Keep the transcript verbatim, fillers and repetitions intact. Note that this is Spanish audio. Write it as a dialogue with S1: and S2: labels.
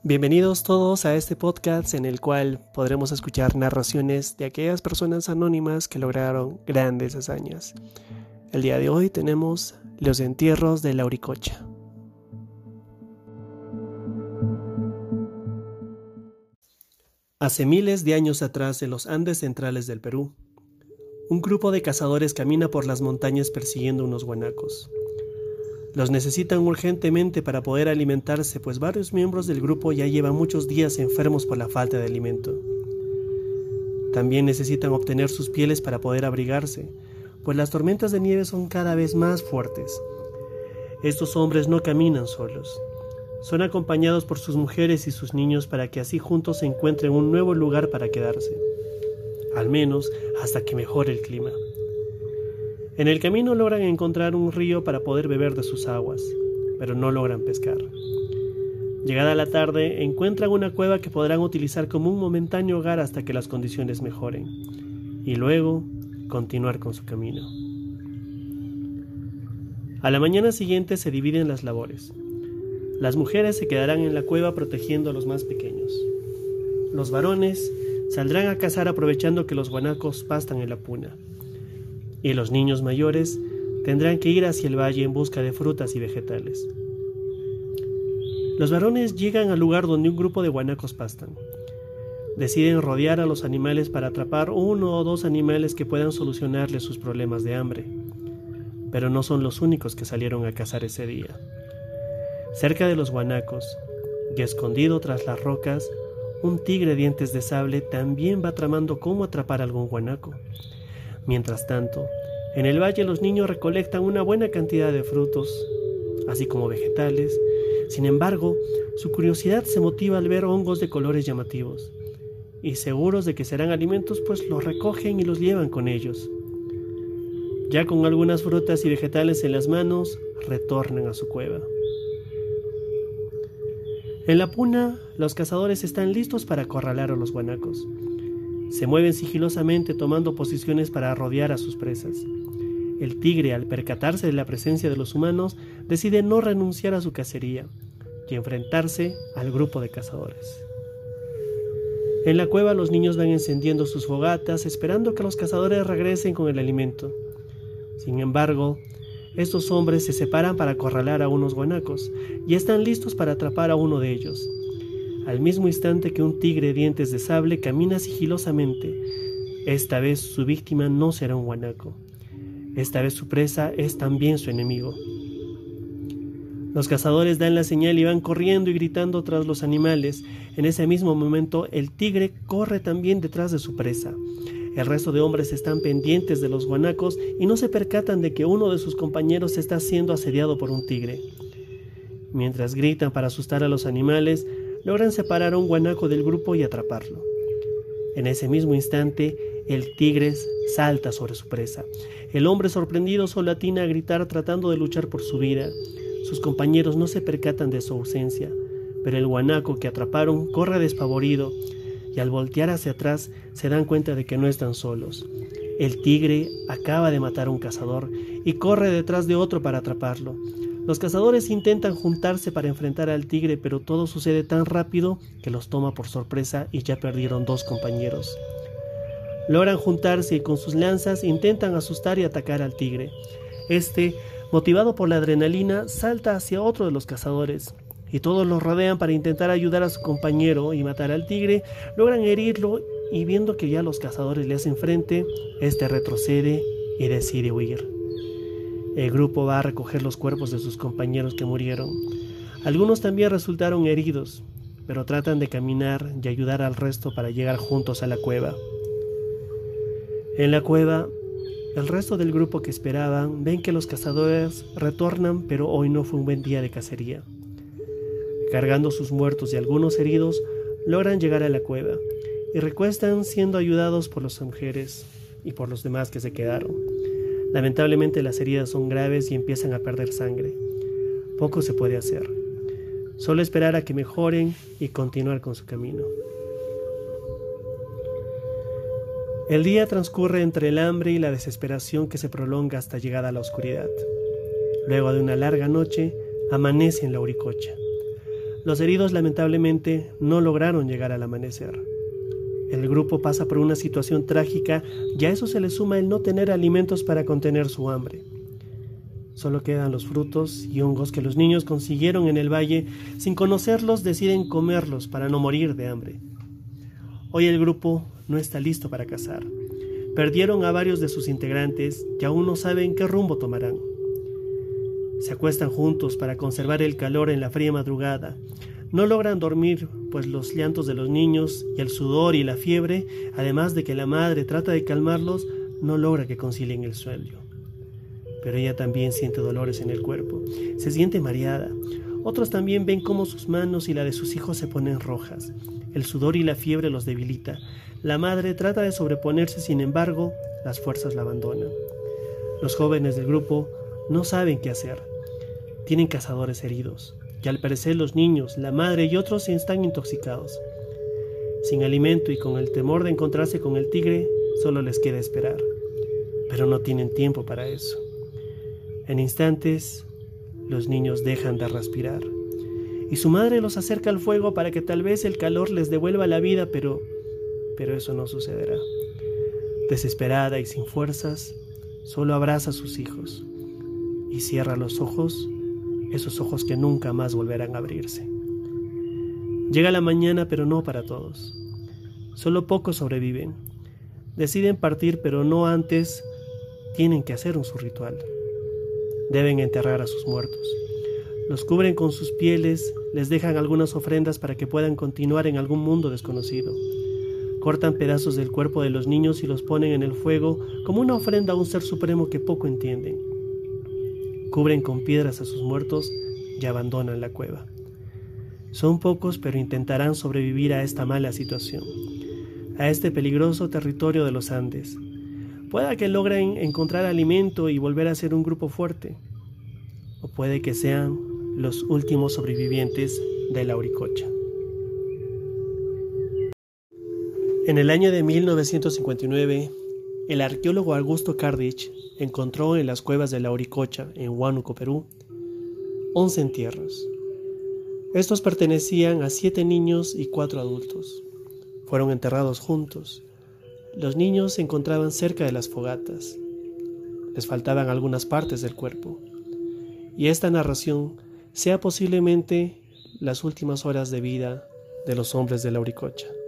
S1: Bienvenidos todos a este podcast en el cual podremos escuchar narraciones de aquellas personas anónimas que lograron grandes hazañas. El día de hoy tenemos los entierros de Lauricocha. Hace miles de años atrás, en los Andes centrales del Perú, un grupo de cazadores camina por las montañas persiguiendo unos guanacos. Los necesitan urgentemente para poder alimentarse, pues varios miembros del grupo ya llevan muchos días enfermos por la falta de alimento. También necesitan obtener sus pieles para poder abrigarse, pues las tormentas de nieve son cada vez más fuertes. Estos hombres no caminan solos. Son acompañados por sus mujeres y sus niños para que así juntos se encuentren un nuevo lugar para quedarse, al menos hasta que mejore el clima. En el camino logran encontrar un río para poder beber de sus aguas, pero no logran pescar. Llegada la tarde, encuentran una cueva que podrán utilizar como un momentáneo hogar hasta que las condiciones mejoren, y luego continuar con su camino. A la mañana siguiente se dividen las labores. Las mujeres se quedarán en la cueva protegiendo a los más pequeños. Los varones saldrán a cazar aprovechando que los guanacos pastan en la puna. Y los niños mayores tendrán que ir hacia el valle en busca de frutas y vegetales. Los varones llegan al lugar donde un grupo de guanacos pastan. Deciden rodear a los animales para atrapar uno o dos animales que puedan solucionarles sus problemas de hambre. Pero no son los únicos que salieron a cazar ese día. Cerca de los guanacos, y escondido tras las rocas, un tigre de dientes de sable también va tramando cómo atrapar a algún guanaco. Mientras tanto, en el valle los niños recolectan una buena cantidad de frutos, así como vegetales. Sin embargo, su curiosidad se motiva al ver hongos de colores llamativos, y seguros de que serán alimentos, pues los recogen y los llevan con ellos. Ya con algunas frutas y vegetales en las manos, retornan a su cueva. En la puna, los cazadores están listos para acorralar a los guanacos. Se mueven sigilosamente tomando posiciones para rodear a sus presas. El tigre, al percatarse de la presencia de los humanos, decide no renunciar a su cacería y enfrentarse al grupo de cazadores. En la cueva los niños van encendiendo sus fogatas, esperando que los cazadores regresen con el alimento. Sin embargo, estos hombres se separan para acorralar a unos guanacos y están listos para atrapar a uno de ellos. Al mismo instante que un tigre de dientes de sable camina sigilosamente. Esta vez su víctima no será un guanaco. Esta vez su presa es también su enemigo. Los cazadores dan la señal y van corriendo y gritando tras los animales. En ese mismo momento el tigre corre también detrás de su presa. El resto de hombres están pendientes de los guanacos y no se percatan de que uno de sus compañeros está siendo asediado por un tigre. Mientras gritan para asustar a los animales, logran separar a un guanaco del grupo y atraparlo. En ese mismo instante, el tigre salta sobre su presa. El hombre sorprendido solo atina a gritar tratando de luchar por su vida. Sus compañeros no se percatan de su ausencia, pero el guanaco que atraparon corre despavorido y al voltear hacia atrás se dan cuenta de que no están solos. El tigre acaba de matar a un cazador y corre detrás de otro para atraparlo. Los cazadores intentan juntarse para enfrentar al tigre, pero todo sucede tan rápido que los toma por sorpresa y ya perdieron dos compañeros. Logran juntarse y con sus lanzas intentan asustar y atacar al tigre. Este, motivado por la adrenalina, salta hacia otro de los cazadores y todos los rodean para intentar ayudar a su compañero y matar al tigre. Logran herirlo y viendo que ya los cazadores le hacen frente, este retrocede y decide huir. El grupo va a recoger los cuerpos de sus compañeros que murieron. Algunos también resultaron heridos, pero tratan de caminar y ayudar al resto para llegar juntos a la cueva. En la cueva, el resto del grupo que esperaban ven que los cazadores retornan, pero hoy no fue un buen día de cacería. Cargando sus muertos y algunos heridos, logran llegar a la cueva y recuestan siendo ayudados por las mujeres y por los demás que se quedaron. Lamentablemente las heridas son graves y empiezan a perder sangre. Poco se puede hacer. Solo esperar a que mejoren y continuar con su camino. El día transcurre entre el hambre y la desesperación que se prolonga hasta llegada a la oscuridad. Luego de una larga noche, amanece en Lauricocha. Los heridos lamentablemente no lograron llegar al amanecer. El grupo pasa por una situación trágica y a eso se le suma el no tener alimentos para contener su hambre. Solo quedan los frutos y hongos que los niños consiguieron en el valle. Sin conocerlos, deciden comerlos para no morir de hambre. Hoy el grupo no está listo para cazar. Perdieron a varios de sus integrantes y aún no saben qué rumbo tomarán. Se acuestan juntos para conservar el calor en la fría madrugada. No logran dormir, pues los llantos de los niños y el sudor y la fiebre, además de que la madre trata de calmarlos, no logra que concilien el sueño. Pero ella también siente dolores en el cuerpo. Se siente mareada. Otros también ven cómo sus manos y la de sus hijos se ponen rojas. El sudor y la fiebre los debilita. La madre trata de sobreponerse, sin embargo, las fuerzas la abandonan. Los jóvenes del grupo no saben qué hacer. Tienen cazadores heridos, y al parecer los niños, la madre y otros están intoxicados. Sin alimento y con el temor de encontrarse con el tigre, solo les queda esperar. Pero no tienen tiempo para eso. En instantes, los niños dejan de respirar, y su madre los acerca al fuego para que tal vez el calor les devuelva la vida, pero, pero eso no sucederá. Desesperada y sin fuerzas, solo abraza a sus hijos y cierra los ojos, esos ojos que nunca más volverán a abrirse. Llega la mañana, pero no para todos. Solo pocos sobreviven. Deciden partir, pero no antes. Tienen que hacer un su ritual. Deben enterrar a sus muertos. Los cubren con sus pieles, les dejan algunas ofrendas para que puedan continuar en algún mundo desconocido. Cortan pedazos del cuerpo de los niños y los ponen en el fuego como una ofrenda a un ser supremo que poco entienden. Cubren con piedras a sus muertos y abandonan la cueva. Son pocos, pero intentarán sobrevivir a esta mala situación, a este peligroso territorio de los Andes. Pueda que logren encontrar alimento y volver a ser un grupo fuerte, o puede que sean los últimos sobrevivientes de la Auricocha. En el año de mil novecientos cincuenta y nueve, el arqueólogo Augusto Kardich encontró en las cuevas de la Auricocha, en Huánuco, Perú, once entierros. Estos pertenecían a siete niños y cuatro adultos. Fueron enterrados juntos. Los niños se encontraban cerca de las fogatas. Les faltaban algunas partes del cuerpo. Y esta narración sea posiblemente las últimas horas de vida de los hombres de la Auricocha.